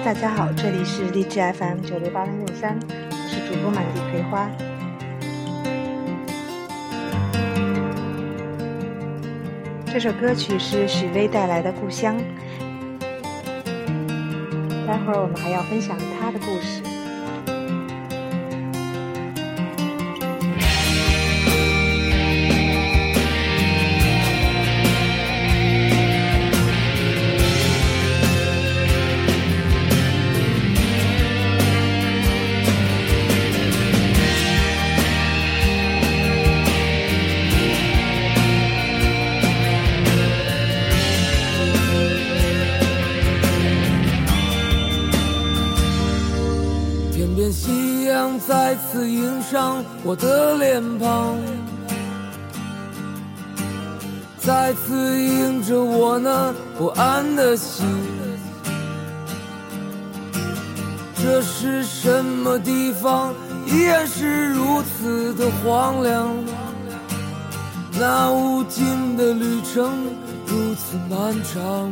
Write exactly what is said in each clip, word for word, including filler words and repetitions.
大家好，这里是荔枝 F M 九六八零六三，我是主播满地葵花。这首歌曲是许巍带来的《故乡》，待会儿我们还要分享他的故事。 夕阳再次映上我的脸庞，再次映着我那不安的心。这是什么地方，依然是如此的荒凉，那无尽的旅程如此漫长。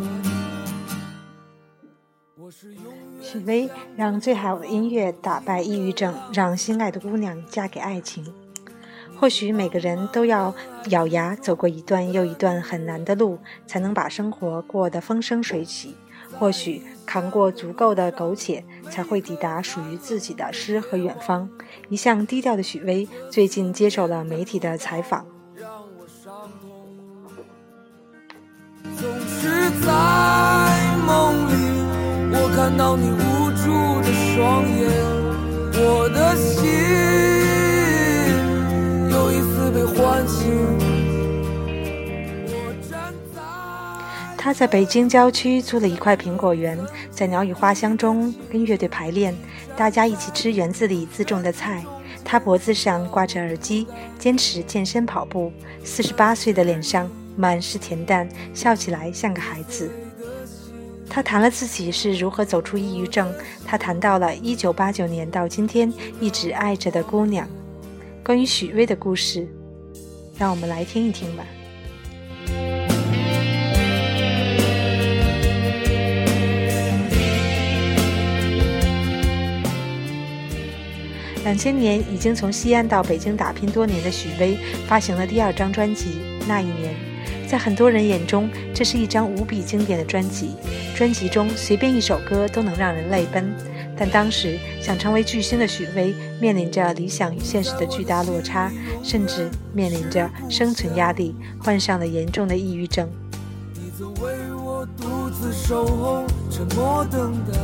许巍让最好的音乐打败抑郁症，让心爱的姑娘嫁给爱情。或许每个人都要咬牙走过一段又一段很难的路，才能把生活过得风生水起。或许扛过足够的苟且，才会抵达属于自己的诗和远方。一向低调的许巍最近接受了媒体的采访， 总是在梦里我看到你无助的双眼，我的心又一次被唤醒。 他在北京郊区租了一块苹果园，在鸟语花香中跟乐队排练，大家一起吃园子里自种的菜。他脖子上挂着耳机，坚持健身跑步。四十八岁的脸上满是恬淡，笑起来像个孩子。他谈了自己是如何走出抑郁症，他谈到了一九八九年到今天一直爱着的姑娘。关于许巍的故事，让我们来听一听吧。两千年，已经从西安到北京打拼多年的许巍发行了第二张专辑《那一年》。在很多人眼中，这是一张无比经典的专辑，专辑中随便一首歌都能让人泪奔。但当时想成为巨星的许巍面临着理想与现实的巨大落差，甚至面临着生存压力，患上了严重的抑郁症。 你总为我独自守候，沉默等待。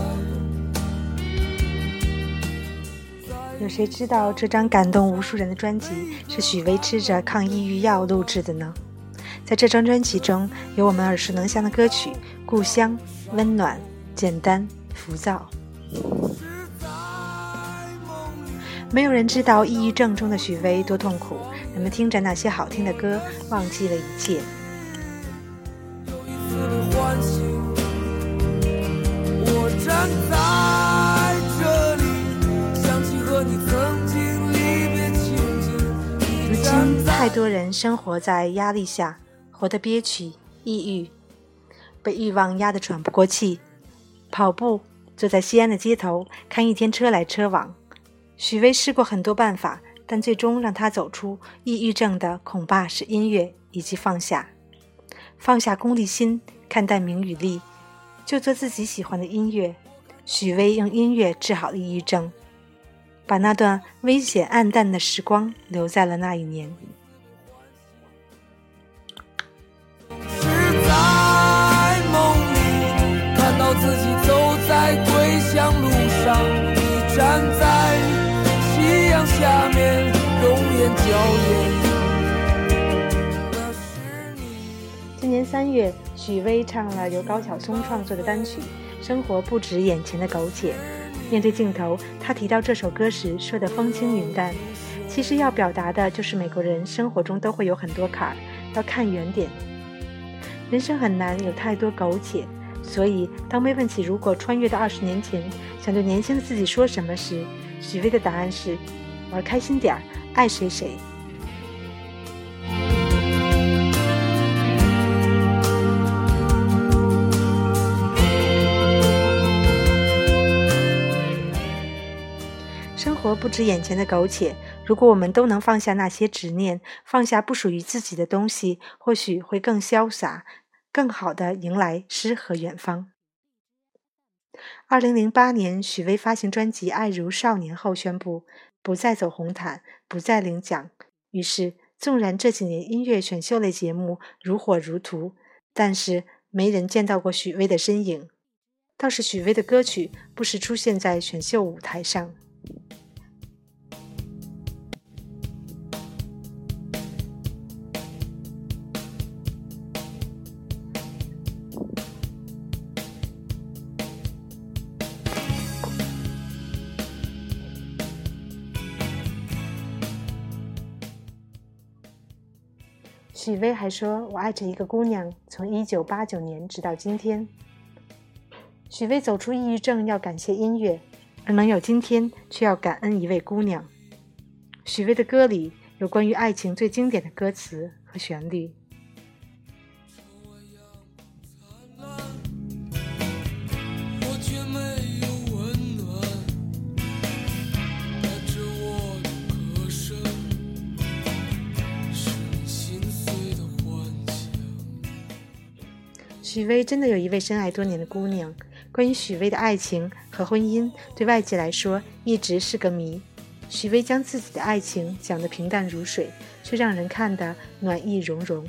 有谁知道这张感动无数人的专辑是许巍吃着抗抑郁药录制的呢？在这张专辑中，有我们耳熟能详的歌曲《故乡》，温暖、简单、浮躁。没有人知道抑郁症中的许巍多痛苦，人们听着那些好听的歌，忘记了一切。 我站在这里，想起和你曾经离别情景。 如今太多人生活在压力下，活得憋屈、抑郁，被欲望压得喘不过气。跑步，坐在西安的街头，看一天车来车往。许巍试过很多办法，但最终让他走出抑郁症的恐怕是音乐以及放下。放下功利心，看淡名与利，就做自己喜欢的音乐。许巍用音乐治好了抑郁症，把那段危险暗淡的时光留在了那一年。 是在梦里看到自己走在归乡路上，你站在夕阳下面容颜娇艳。 今年三月，许巍唱了由高晓松创作的单曲《生活不止眼前的苟且》。面对镜头，他提到这首歌时说得风轻云淡，其实要表达的就是每个人生活中都会有很多坎儿，要看远点。人生很难，有太多苟且，所以当被问起如果穿越到二十年前想对年轻的自己说什么时，许巍的答案是：玩开心点儿，爱谁谁。 活不止眼前的苟且，如果我们都能放下那些执念，放下不属于自己的东西，或许会更潇洒，更好地迎来诗和远方。二零零八年，许巍发行专辑《爱如少年》后宣布不再走红毯，不再领奖。于是纵然这几年音乐选秀类节目如火如荼，但是没人见到过许巍的身影，倒是许巍的歌曲不时出现在选秀舞台上。许巍还说，我爱着一个姑娘，从一九八九年直到今天。许巍走出抑郁症要感谢音乐，而能有今天却要感恩一位姑娘。许巍的歌里有关于爱情最经典的歌词和旋律。许巍真的有一位深爱多年的姑娘，关于许巍的爱情和婚姻，对外界来说一直是个谜。许巍将自己的爱情讲得平淡如水，却让人看得暖意融融。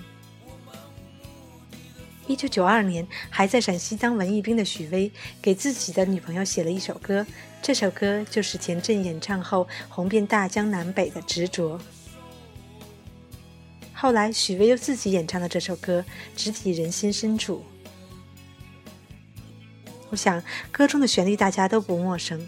一九九二年，还在陕西当文艺兵的许巍，给自己的女朋友写了一首歌，这首歌就是田震演唱后红遍大江南北的《执着》。后来许巍又自己演唱了这首歌，直抵人心深处。我想歌中的旋律大家都不陌生。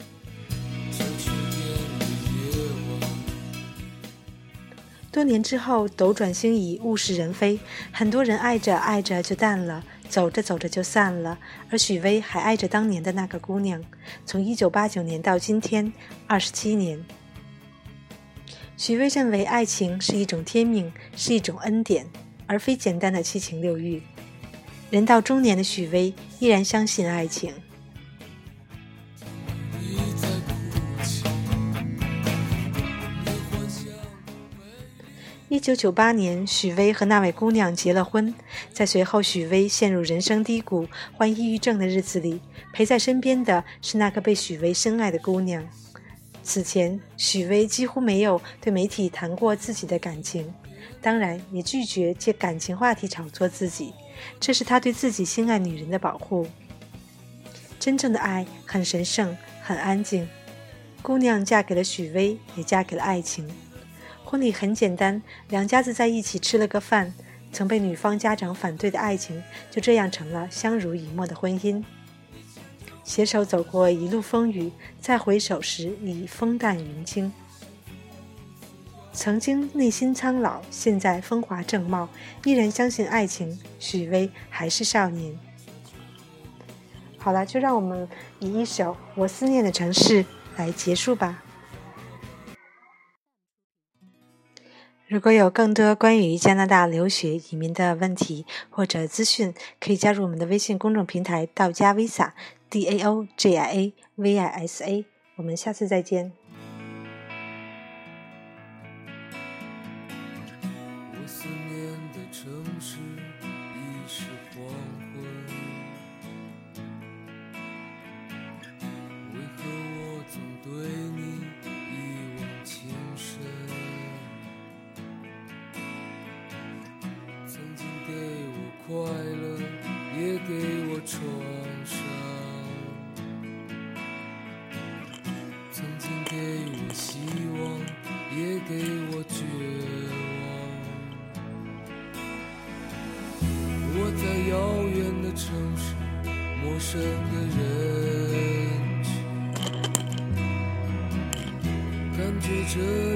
多年之后，斗转星移，物是人非，很多人爱着爱着就淡了，走着走着就散了，而许巍还爱着当年的那个姑娘，从一九八九年到今天二十七年。许巍认为爱情是一种天命，是一种恩典，而非简单的七情六欲。人到中年的许巍依然相信爱情。一九九八年，许巍和那位姑娘结了婚，在随后许巍陷入人生低谷、患抑郁症的日子里，陪在身边的是那个被许巍深爱的姑娘。此前，许巍几乎没有对媒体谈过自己的感情，当然也拒绝借感情话题炒作自己，这是他对自己心爱女人的保护。真正的爱很神圣，很安静。姑娘嫁给了许巍，也嫁给了爱情。婚礼很简单，两家子在一起吃了个饭，曾被女方家长反对的爱情，就这样成了相濡以沫的婚姻。携手走过一路风雨，再回首时已风淡云轻。曾经内心苍老，现在风华正茂，依然相信爱情，许巍还是少年。好了，就让我们以一首《我思念的城市》来结束吧。如果有更多关于加拿大留学移民的问题或者资讯，可以加入我们的微信公众平台道家 Visa D A O J I A V I S A， 我们下次再见。 我思念的城市已是黄昏，为何我总对你一往情深？曾经给我快乐，也给我创伤，曾经给我希望，也给我绝望。我在遥远的城市，陌生的人群，感觉这